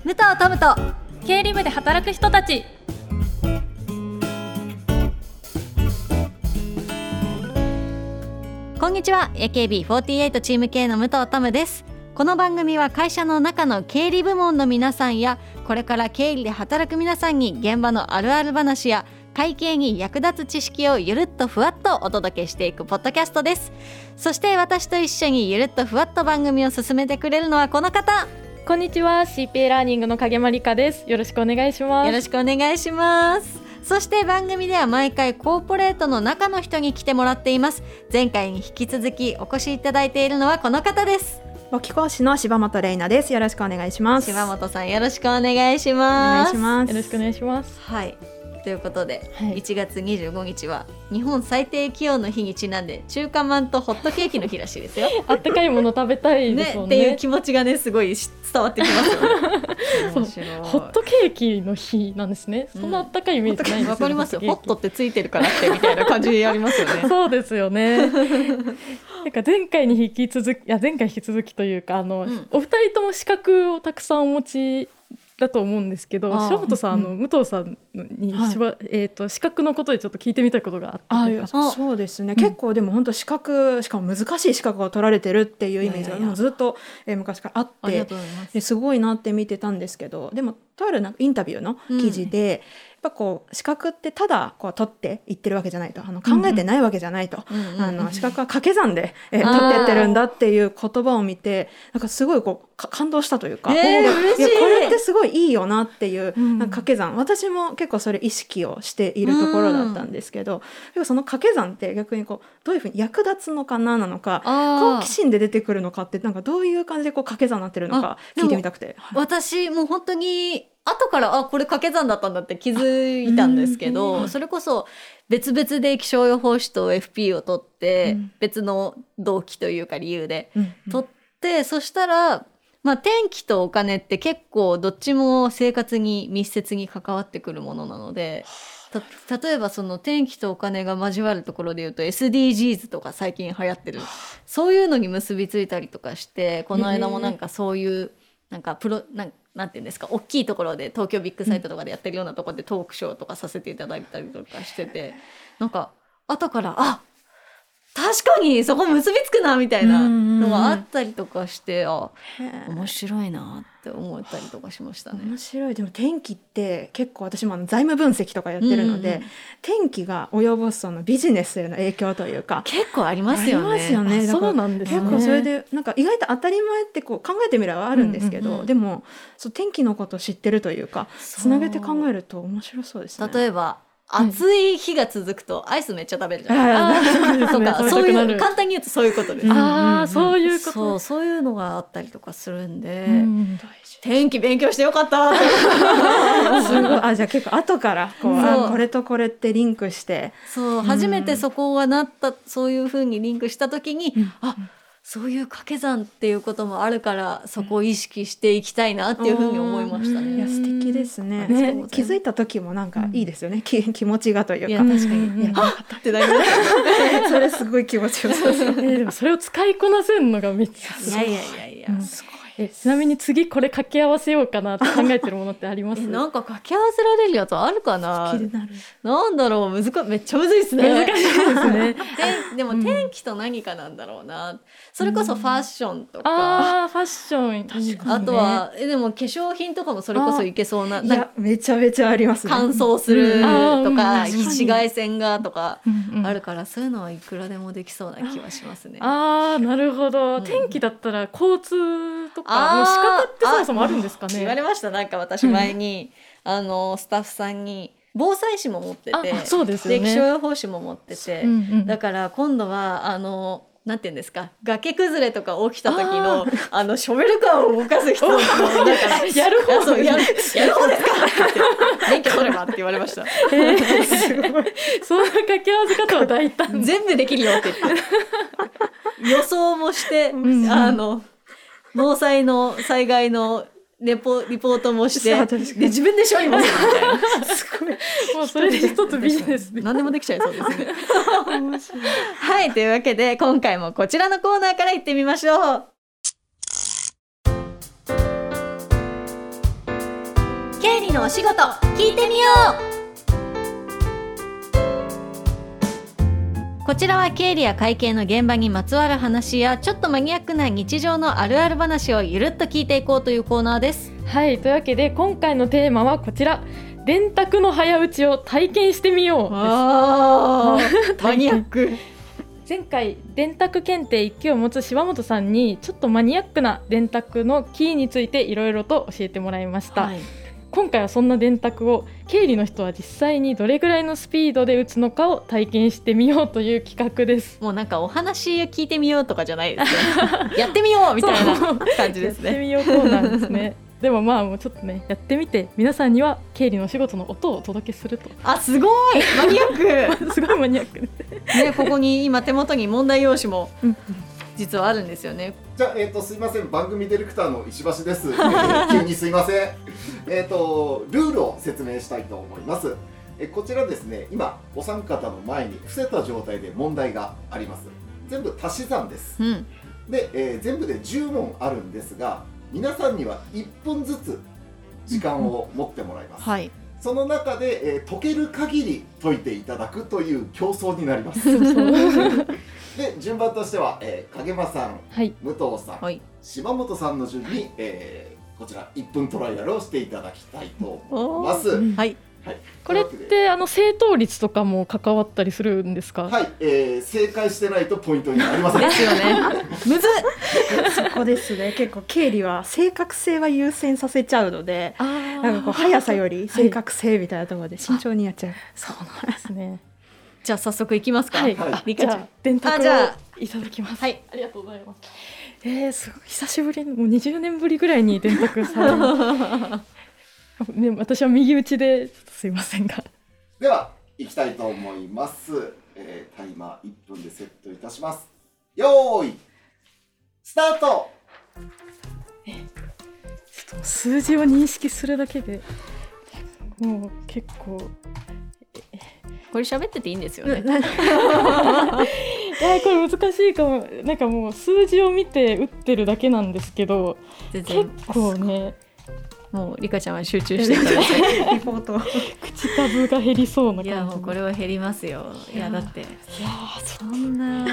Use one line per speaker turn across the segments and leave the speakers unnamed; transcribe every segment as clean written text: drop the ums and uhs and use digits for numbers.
武藤トムと
経理部で働く人たち。
こんにちは。 AKB48 チームKの武藤トムです。この番組は会社の中の経理部門の皆さんやこれから経理で働く皆さんに現場のあるある話や会計に役立つ知識をゆるっとふわっとお届けしていくポッドキャストです。そして私と一緒にゆるっとふわっと番組を進めてくれるのはこの方。
こんにちは、 CPA ラーニングの影間理香です。よろしくお願いします。
よろしくお願いします。そして番組では毎回コーポレートの中の人に来てもらっています。前回に引き続きお越しいただいているのはこの方です。
簿記講師の柴本玲奈です。よろしくお願いします。
柴本さん、よろしくお願いします。
お願いします。
よろしくお願いします。
はい、ということで、
はい、
1月25日は日本最低気温の日にちなんで中華まんとホットケーキの日らしいですよ。
あったかいもの食べたいですもんね。
っていう気持ちがねすごい伝わってきますよね。面白い。
ホットケーキの日なんですね。そんなあったかいイメージないんですよ。
わかりますよ。ホットってついてるからってみたいな感じでやりますよね。
そうですよね。なんか前回引き続きというかお二人とも資格をたくさんお持ちだと思うんですけど、柴本さん、武藤さんに、資格のことでちょっと聞いてみたいことがあって。
そうですね、結構でも本当資格、しかも難しい資格を取られてるっていうイメージがもうずっと、昔からあって、
ありがとうございます。
すごいなって見てたんですけど、でもとあるなんかインタビューの記事で、やっぱこう資格ってただこう取っていってるわけじゃないと、考えてないわけじゃないと、資格は掛け算で、取っていってるんだっていう言葉を見て、なんかすごいこう感動したというか、
嬉しい。
いやこれってすごいいいよなっていう、なんか掛け算、私も結構それ意識をしているところだったんですけど、その掛け算って逆にこうどういうふうに役立つのかなのか、好奇心で出てくるのかって、なんかどういう感じでこう掛け算になってるのか聞いてみたくて。
私もう本当に後からこれ掛け算だったんだって気づいたんですけど、それこそ別々で気象予報士と FP を取って、別の動機というか理由で取って、そしたら、天気とお金って結構どっちも生活に密接に関わってくるものなので、例えばその天気とお金が交わるところでいうと SDGs とか最近流行ってる、そういうのに結びついたりとかして、この間もなんかそういうなんかなんていうんですか、大きいところで東京ビッグサイトとかでやってるようなところでトークショーとかさせていただいたりとかしてて、なんか後から確かにそこ結びつくなみたいなのがあったりとかして、面白いなって思ったりとかしましたね。
面白い。でも天気って結構私も財務分析とかやってるので、天気が及ぼすそのビジネスへの影響というか
結構ありますよね。
ありますよね。
そうなんですね。
結構それでなんか意外と当たり前ってこう考えてみればあるんですけど、でもそう天気のことを知ってるというかつなげて考えると面白そうですね。
例えば暑い日が続くとアイスめっちゃ食べるじゃないですか。そういう簡単に言うとそういうことです。
そういうこと。
そういうのがあったりとかするんで、天気勉強してよかった。
すごい。じゃあ結構後からこれとこれってリンクして、
初めてそこがなった、そういう風にリンクした時に、そういう掛け算っていうこともあるからそこを意識していきたいなっていうふうに思いましたね。
いや素敵ですね。気づいた時もなんかいいですよね。気持ちがというか。
いや確かに。ってなります。
それすごい気持ちよさそう。
でもそれを使いこなせるのがめっちゃすごい。
いやすごい。
ちなみに次これ掛け合わせようかなって考えてるものってあります？
なんか掛け合わせられるやつあるかな。
気になる。
なんだろう、めっちゃむずいですね。
難しいですね。
でも天気と何かなんだろうな。それこそファッションとか。
ファッション。確かにね。
あとはでも化粧品とかもそれこそいけそうな。
いやめちゃめちゃありますね。
乾燥するとか紫外線がとかあるから、そういうのはいくらでもできそうな気はしますね。
なるほど。天気だったら交通とかの資格ってそもそもあるんですかね。
言われました。なんか私前に、スタッフさんに防災士も持ってて、
そうですよね。
で気象予報士も持ってて、だから今度はなんていうんですか、崖崩れとか起きた時のショベルカーを動かす人だから
やる方
そうやる方ですかって言って免許取ればって言われました。
すごい。その掛け合わせ方は大胆。
全部できるよって言って予想もして、防災の災害のリポートもしてで自分で処理もするみたいな。すごい。
もうそれで一つビジネスで
何でもできちゃいそうですね。面白い。はい、というわけで今回もこちらのコーナーから行ってみましょう。 のお仕事聞いてみよう。こちらは経理や会計の現場にまつわる話やちょっとマニアックな日常のあるある話をゆるっと聞いていこうというコーナーです。
はい、というわけで今回のテーマはこちら、電卓の早打ちを体験してみようです。
マニアック。
前回電卓検定1級を持つ柴本さんにちょっとマニアックな電卓のキーについていろいろと教えてもらいました、はい、今回はそんな電卓を経理の人は実際にどれぐらいのスピードで打つのかを体験してみようという企画です。
もうなんかお話聞いてみようとかじゃないですねやってみようみたいな感じですね。
やってみようコーナーですねでもまあもうちょっとねやってみて皆さんには経理の仕事の音をお届けすると。
あ、すごいマニアック
すごいマニアックです
ね。ここに今手元に問題用紙も実はあるんですよね。
じゃあ、すいません、番組ディレクターの石橋です、急にすいませんルールを説明したいと思います。こちらですね、今お三方の前に伏せた状態で問題があります。全部足し算です、で、全部で10問あるんですが、皆さんには1分ずつ時間を持ってもらいます、はい、その中で、解ける限り解いていただくという競争になりますで、順番としては、影間さん、はい、武藤さん、はい、柴本さんの順に、こちら1分トライアルをしていただきたいと思います。はい、
はい、これって正答率とかも関わったりするんですか？
はい、正解してないとポイントになりません
ですよねむず
そこですね。結構経理は正確性は優先させちゃうので、なんかこう速さより正確性みたいなところで慎重にやっちゃう、
そうなんですね
じゃあ早速いきますか。はい、
リカちゃん電卓をいただきます。はい、ありがとうございます。すごい久しぶり、もう20年ぶりぐらいに電卓されね、私は右打ちですいませんが。
では行きたいと思います。タイマー1分でセットいたします。よーいスタート。
ちょっと数字を認識するだけでもう結構
これ喋ってていいんですよね
いやこれ難しいかも。なんかもう数字を見て打ってるだけなんですけど、結構ね、
もうリカちゃんは集中していただいて
リポート
口数が減りそうな感じ。
いやもうこれは減りますよ。いやだってそんな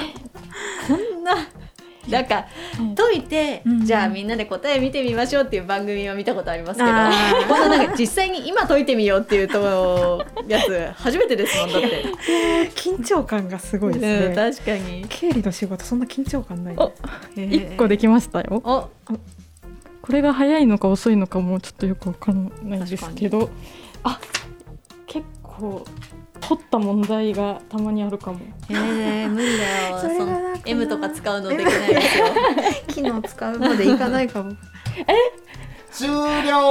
なんか解いて、じゃあみんなで答え見てみましょうっていう番組は見たことありますけど、このなんか実際に今解いてみようっていうとやつ初めてですもん。だって
緊張感がすごいですね、
確かに
経理の仕事そんな緊張感ない、
1個できましたよ。これが早いのか遅いのかもちょっとよくわかんないんですけど、結構取った問題がたまにあるかも。
無理だよ。その M とか使うのできないですよ
機能使うまでいかないかも
終了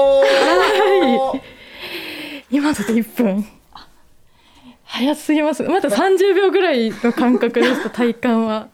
今だと1分早すぎます。まだ30秒ぐらいの感覚でした体感は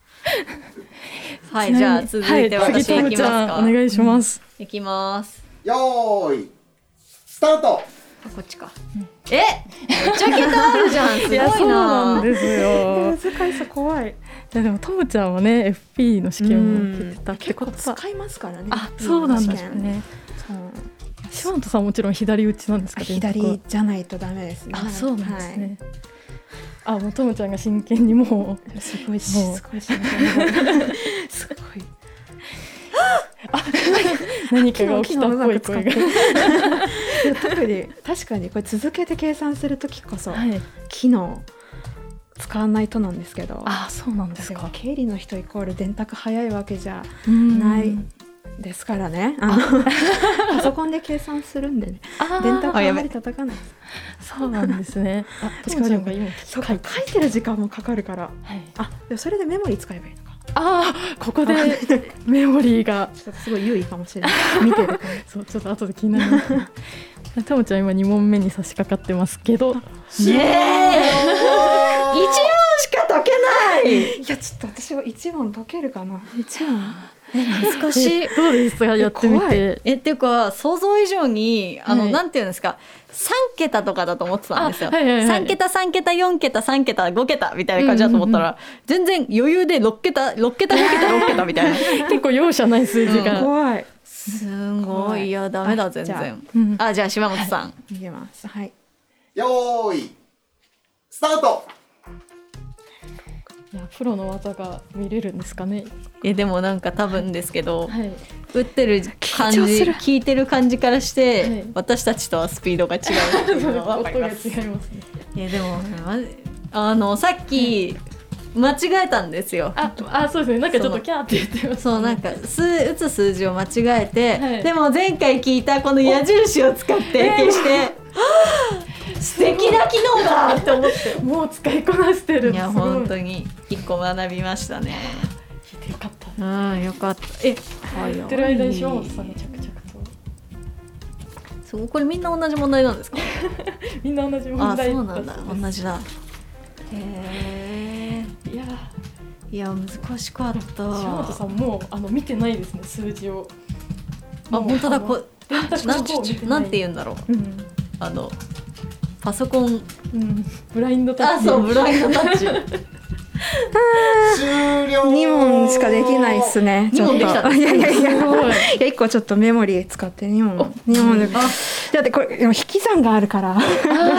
はい、じゃあ続いて私行きますか。
お願いします。
行きます。
よーいスタート。
こっちか、めっちゃ桁あるじゃんすごいな。
そうなんですよ
難しさ怖い。
いやでもともちゃんはね FP の試験を受けてたってことは
結構使いますからね。
そうなんですね。柴本さんもちろん左打ちなんですか？
左じゃないとダメですね。
そうなんですね、もうともちゃんが真剣にもう
すごいすごい
何かが起きたっぽい声が
特に確かにこれ続けて計算するときこそ、機能使わないとなんですけど。
そうなんですか。
経理の人イコール電卓早いわけじゃないですからね。パソコンで計算するんでね、電卓はあまり叩かないです。
そうなんですね。
確かに書いてる時間もかかるから、でもそれでメモリー使えばいいのか。
ここでメモリーが
すごい優位かもしれない見てるから
そうちょっと後で気になるともちゃん今2問目に差し掛かってますけど、
1問しか解けな
い。
いやちょっと私は1問解けるかな。1問
難しい。
どうですかやってみ
怖
て。
っていうか想像以上に
はい
なんていうんですか、3桁とかだと思ってたんですよ。
あはいはいはい
3桁3桁4桁3桁5桁みたいな感じだと思ったら、全然余裕で6桁6桁5桁6桁みたいな。
結構容赦ない数字が。
怖い。
すごい。いやダメだ全
じゃあ
然。
うん
じゃあ島本さん。
見てます。はい。
よーいスタート。
いやプロの技が見れるんですかね。
でもなんか多分ですけど、
はい。
打ってる感じ
緊張する
聞いてる感じからして、
はい
私たちとはスピードが違うっていうのが分かり
音が違い
ます。
ますね。
でもさっき間違えたんですよ。
そうですね。なんかちょっとキャーって言ってます。
そうなんか打つ数字を間違えて、
はい
でも前回聞いたこの矢印を使って消して、はぁ素敵な機能だって思って。
もう使いこなしてる。
いや
すごい
本当に一個学びましたね。
聞いてよかった。
よかった。
言ってる間に島本さんが着々と。
そうこれみんな同じ問題なんですか？
みんな同じ問題
そうなんだ。
ったそうです
同じだ。へ
いや
いや難しかった。
島本さんもう見てないですね数字を。
本当だ
電卓の方を見て
なんて言うんだろう。
うん
パソコン。
ブラインドタッチ。
そうブラインドタッチ。
終了。
2問しかできないっすね。
二問できたんです
いやいやいや。
すごい。
いや1個ちょっとメモリー使って2問で。だってこれでも引き算があるから。
お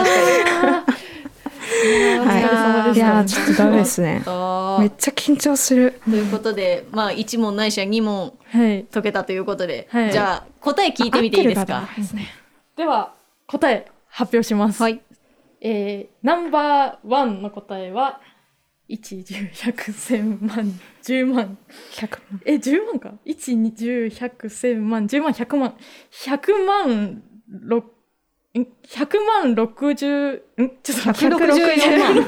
疲れ様でした。
いやちょっとダメですね。
と
めっちゃ緊張する。
いうことで1問ないしは2問
はい。
解けたということで、
はい
じゃあ答え聞いてみていいですか？
合ってるですね。
では答え発表します。
はい。
ナンバーワンの答えは1、10、100、1000万、10万。
100問。
10万か ?1、2、10、100、1000万、10万、100万。100万、100万60、ちょっと
164万。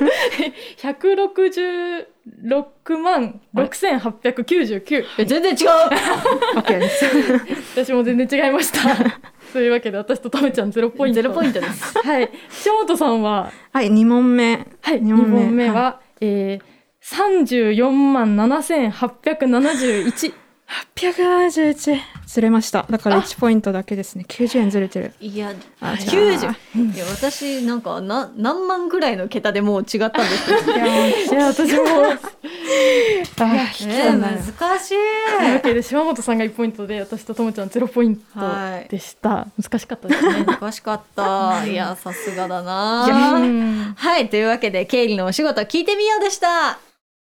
166万6899。
全然違う。
OK です。
私も全然違いましたというわけで私とためちゃん0ポイント。
0ポイントです。
はい。島本さんは
はい2問目。
はい、
二
2問目は、34万7871。
871ずれました。だから1ポイントだけですね。90円ずれてる。
いや
あ
90。
じゃあ
いや私なんか何万ぐらいの桁でもう違ったんですけど。
いや
いや私も
難しい。
というわけで島本さんが1ポイントで私とともちゃん0ポイントでした。難しかったですね。
難しかった。いやさすがだ
う
な。
ん
はいというわけで経理のお仕事聞いてみようでした。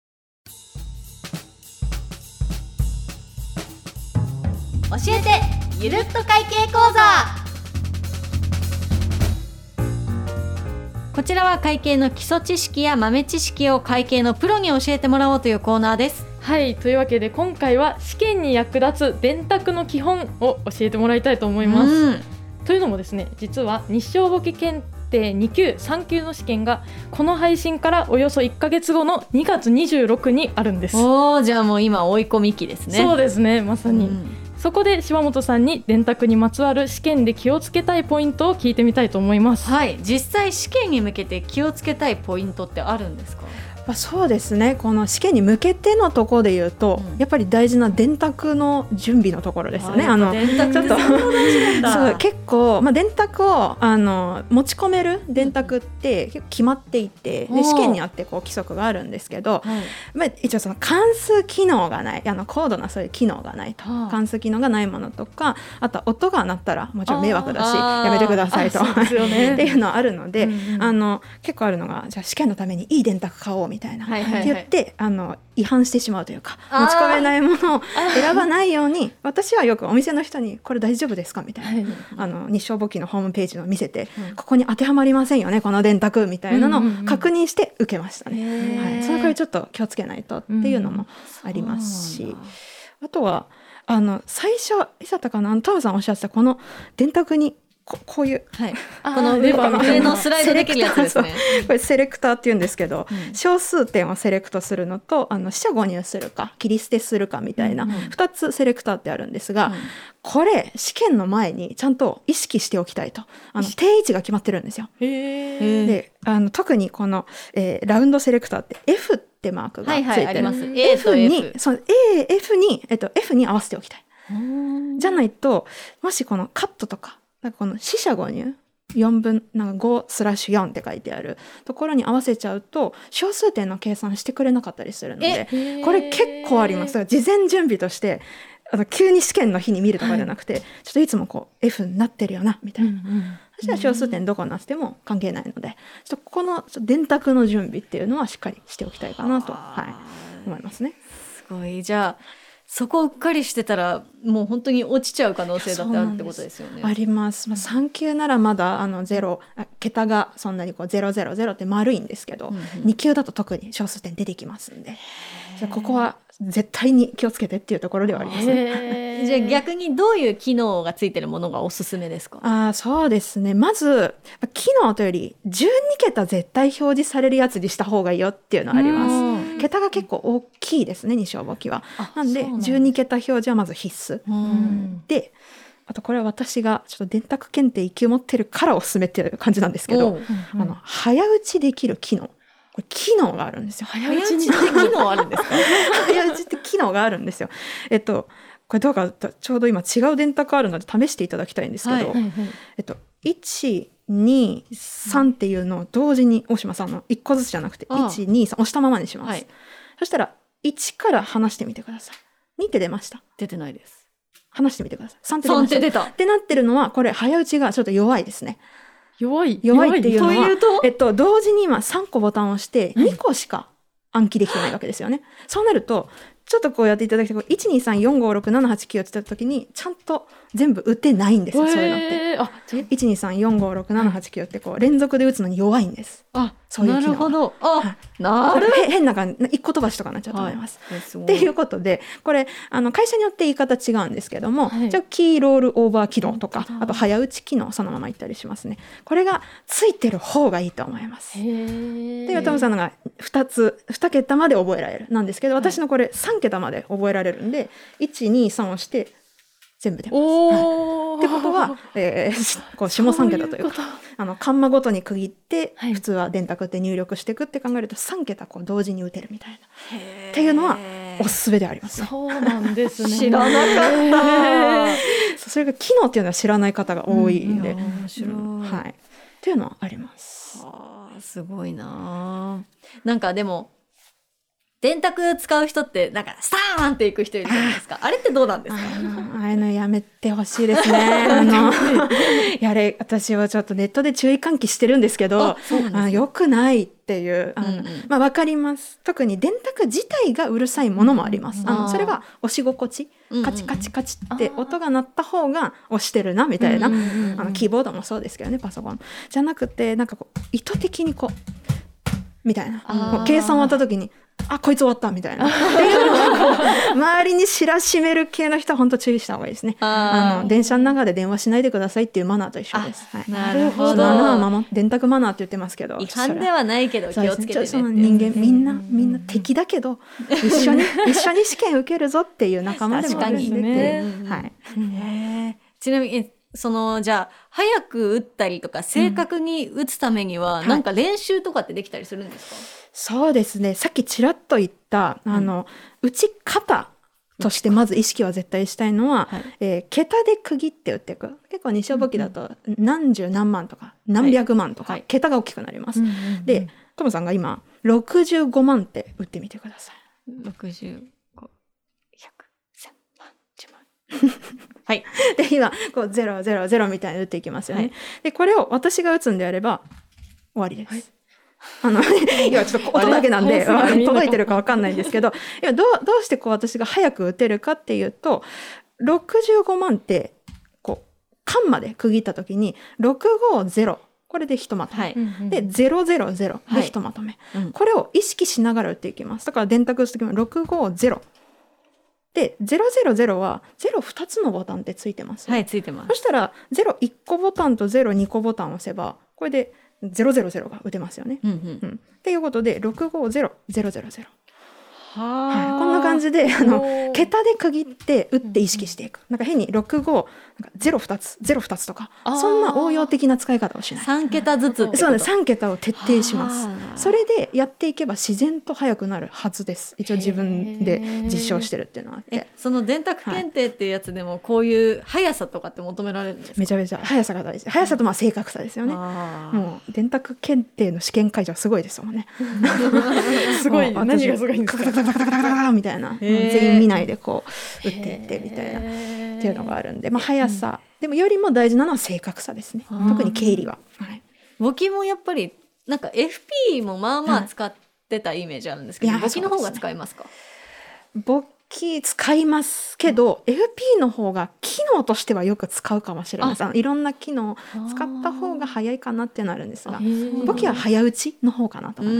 教えてゆるっと会計講座。こちらは会計の基礎知識や豆知識を会計のプロに教えてもらおうというコーナーです。
はいというわけで今回は試験に役立つ電卓の基本を教えてもらいたいと思います。
うん
というのもですね実は日商簿記検定2級3級の試験がこの配信からおよそ1ヶ月後の2月26にあるんです。
おーじゃあもう今追い込み期ですね。
そうですねまさに、
うん
そこで島本さんに電卓にまつわる試験で気をつけたいポイントを聞いてみたいと思います。
はい実際試験に向けて気をつけたいポイントってあるんですか？
そうですね。この試験に向けてのところで言うと、
うん
やっぱり大事な電卓の準備のところですよね。
電卓
ちょっと
そんな大事なんだ。
そう結構、電卓を持ち込める電卓って結構決まっていて、
おー
で試験にあってこう規則があるんですけど、
はい
一応その関数機能がない高度なそういう機能がないと、
はあ
関数機能がないものとか、あとは音が鳴ったらもちろん迷惑だし
あー
やめてくださいと
そうですよね
っていうのはあるので、
うんうん
結構あるのがじゃあ試験のためにいい電卓買おうみたいな、
はいはいはい
って言って違反してしまうというか
あー
持ち込めないものを選ばないように私はよくお店の人にこれ大丈夫ですかみたいな、
はい
日商簿記のホームページを見せて、
うん
ここに当てはまりまあこの電卓みたいなのを
うんうんうん
確認して受けましたね。
へー
はい、そのくらいちょっと気をつけないとっていうのもありますし、
そうなんだ
あとは最初いつだったかな、タムさんおっしゃってたこの電卓にこういう
はい
あー
この
レバーみたいな
上のスライドできるやつですね。
これセレクターって言うんですけど、
うん
小数点をセレクトするのと四捨五入するか切り捨てするかみたいな
うん
2つセレクターってあるんですが、
うん
これ試験の前にちゃんと意識しておきたいと定位置が決まってるんですよ。
へー
で特にこの、ラウンドセレクターって F ってってマークがついてる、
あります。A と
F に
F。
そう F に合わせておきたい。じゃないともしこのカットとか、なんかこの四捨五入4分なんか 5/4 って書いてあるところに合わせちゃうと小数点の計算してくれなかったりするので、これ結構あります。だから事前準備として急に試験の日に見るとかじゃなくて、ちょっといつもこう F になってるよなみたいな、そしたら小数点どこになっても関係ないので、ちょっとこの電卓の準備っていうのはしっかりしておきたいかなと、思いますね。
すごい。じゃあそこをうっかりしてたらもう本当に落ちちゃう可能性だってあるってことですよね。
あります。3級ならまだ0桁がそんなにこう000って丸いんですけど、2級だと特に小数点出てきますんで、じゃあここは絶対に気をつけてっていうところではありますね。
じゃあ逆にどういう機能がついてるものがおすすめですか？
そうですね。まず機能というより12桁絶対表示されるやつにした方がいいよっていうのはあります。桁が結構大きいですね、二小簿記は。なんで12桁表示はまず必須で、あとこれは私がちょっと電卓検定1級持ってるからおすすめっていう感じなんですけど、早打ちできる機能、これ機能があるんですよ。
早打ちって機能あるんですか？
早打ちって機能があるんですよ。これどうかちょうど今違う電卓あるので試していただきたいんですけど、1、2、3っていうのを同時に押します。1個ずつじゃなくて1、2、3押したままにします。そしたら1から離してみてください。2って出ました？
出てないです。
離してみてください。3って出ました。
3って出た。
ってなってるのはこれ早打ちがちょっと弱いですね。
弱い
っていうのは同時に今3個ボタンを押して2個しか暗記できてないわけですよね。そうなるとちょっとこうやっていただきたい。123456789って言った時にちゃんと全部打てないんですよ、そういうのって。123456789ってこう連続で打つのに弱いんです。そういう機能。なるほど。変な感じ、一個飛ばしとかになっちゃうと思います。っていうことで、これ会社によって言い方違うんですけども、じゃあキーロールオーバー機能とか、あと早打ち機能そのまま言ったりしますね。これがついてる方がいいと思います。で、トムさんのが2桁まで覚えられるなんですけど、私のこれ3桁まで覚えられるんで、1、2、3をして全部出ます。ってことは、こう下3桁というか、カンマごとに区切って、普通は電卓って入力していくって考えると3桁こう同時に打てるみたいなっていうのはおすすめでありますね。
そうなんですね。
知らなかった。
それが機能っていうのは知らない方が多いんで、
面白い。
っていうのはあります。
すごいな。なんかでも電卓使う人ってなんかスターンっていく人いるじゃないですか。あれってどうなんですか？
あれのやめてほしいですね。私はちょっとネットで注意喚起してるんですけど、良くないっていう、わかります。特に電卓自体がうるさいものもあります。それは押し心地、カチカチカチって音が鳴った方が押してるなみたいな、キーボードもそうですけどね、パソコンじゃなくて、なんかこう意図的にこうみたいな、計算終わった時にこいつ終わったみたいなっていうのを周りに知らしめる系の人は本当注意した方がいいですね。電車の中で電話しないでくださいっていうマナーと一緒です。
なるほど。
電卓マナーって言ってますけど、
違反ではないけど気をつけてねって。
人間みんな敵だけど一緒に試験受けるぞっていう仲間でもあるんでね。
ちなみにじゃあ早く打ったりとか正確に打つためにはなんか練習とかってできたりするんですか？
そうですね。さっきちらっと言った打ち方としてまず意識は絶対したいのは、桁で区切って打っていく。結構二小簿記だと何十何万とか何百万とか桁が大きくなります。で、トムさんが今65万って打ってみてください。
65、100、1000万、10万。はい。
で、今こう000みたいに打っていきますよね。で、これを私が打つんであれば終わりです。いやちょっと音だけなんで届いてるか分かんないんですけど、いやどうしてこう私が早く打てるかっていうと、65万ってこうカンマで区切った時に650これでひとまとめ、で000でひとまとめ、これを意識しながら打っていきます。だから電卓打つ時も650で000は02つのボタンってついてます。
はい、ついてます。
そしたら01個ボタンと02個ボタンを押せばこれで000が打てますよね。っていうことで650000。 はい、こんな感じで桁で区切って打って意識していく、なんか変に65なんか02つ02つとかそんな応用的な使い方をしない。
3桁ずつってこと。
そうです。3桁を徹底します。それでやっていけば自然と速くなるはずです。一応自分で実証してるっていうのはあって。
その電卓検定っていうやつでもこういう速さとかって求められるんですか？
めちゃめちゃ速さが大事。速さとまあ正確さですよね。もう電卓検定の試験会場すごいですもんね。
すごい。何がすごいんですか？
カタカタカタカタカタみたいな、全員見ないでこう打っていってみたいなっていうのがあるんで、まあ、速さ、でもよりも大事なのは正確さですね。特に経理は、はい、
簿記もやっぱりなんか FP もまあまあ使ってたイメージあるんですけど、簿記の方が使いますか？
簿記使いますけど FP の方が機能としてはよく使うかもしれないです。いろんな機能を使った方が早いかなってなるんですが、簿記は早打ちの方かなと思います。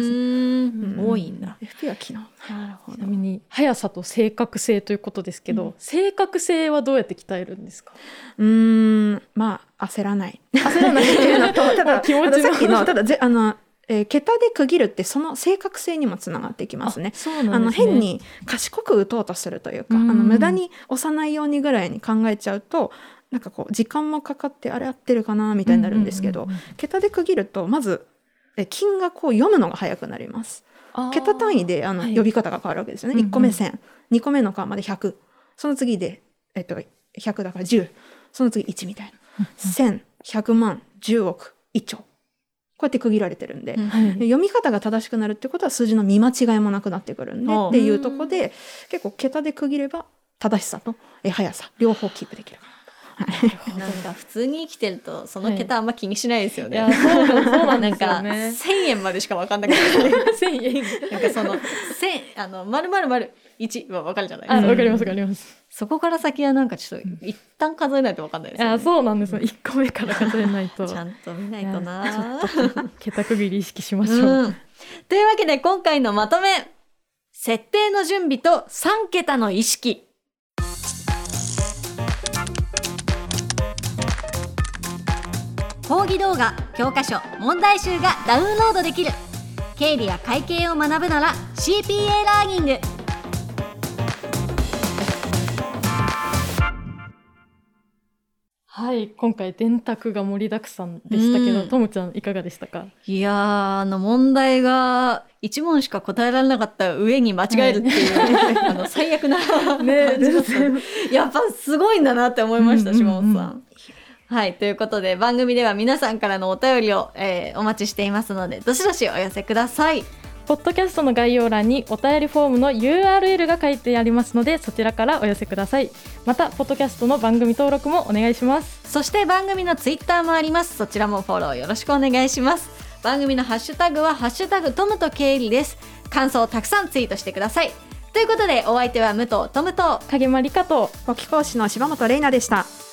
多いんだ。
FP は機能。
ちなみに速さと正確性ということですけど、正確性はどうやって鍛えるんですか？
まあ焦らないっていうのと、ただ気持ちさっきのただ桁で区切るってその正確性にもつながってきますね。変に賢く打とうとするというか、無駄に押さないようにぐらいに考えちゃうとなんかこう時間もかかってあれ合ってるかなみたいになるんですけど、桁で区切るとまず金額を読むのが早くなります。桁単位で呼び方が変わるわけですよね。1個目1000、2個目の間まで100、その次で、100だから10、その次1みたいな、1000、100万、10億、1兆、こうやって区切られてるんで、読み方が正しくなるってことは数字の見間違いもなくなってくるんでっていうところで、結構桁で区切れば正しさと速さ両方キープできるかなと。
なんか普通に生きてるとその桁あんま気にしないですよね。
いやそうなんですよね。
なんか1000円までしか分かんなくて1000円なんかその丸々丸1は分かるじゃないですか。
分かります分かります。
そこから先はなんかちょっと一旦数えないと分かんないですよね。
そうなんですよ。1個目から数えないと
ちゃんと見ないとな。
ちょっと桁区切り意識しましょう。
というわけで今回のまとめ、設定の準備と3桁の意識。講義動画、教科書、問題集がダウンロードできる。経理や会計を学ぶなら CPA ラーニング。
はい、今回電卓が盛りだくさんでしたけど、ともちゃんいかがでしたか？い
や問題が1問しか答えられなかった上に間違えるっていう、最悪なねやっぱすごいんだなって思いました、島本さん。はい、ということで番組では皆さんからのお便りを、お待ちしていますのでどしどしお寄せください。
ポッドキャストの概要欄にお便りフォームの URL が書いてありますのでそちらからお寄せください。またポッドキャストの番組登録もお願いします。
そして番組のツイッターもあります。そちらもフォローよろしくお願いします。番組のハッシュタグはハッシュタグトムと経理です。感想をたくさんツイートしてください。ということでお相手は武藤トムと
影間理香と
簿記講師の柴本玲奈でした。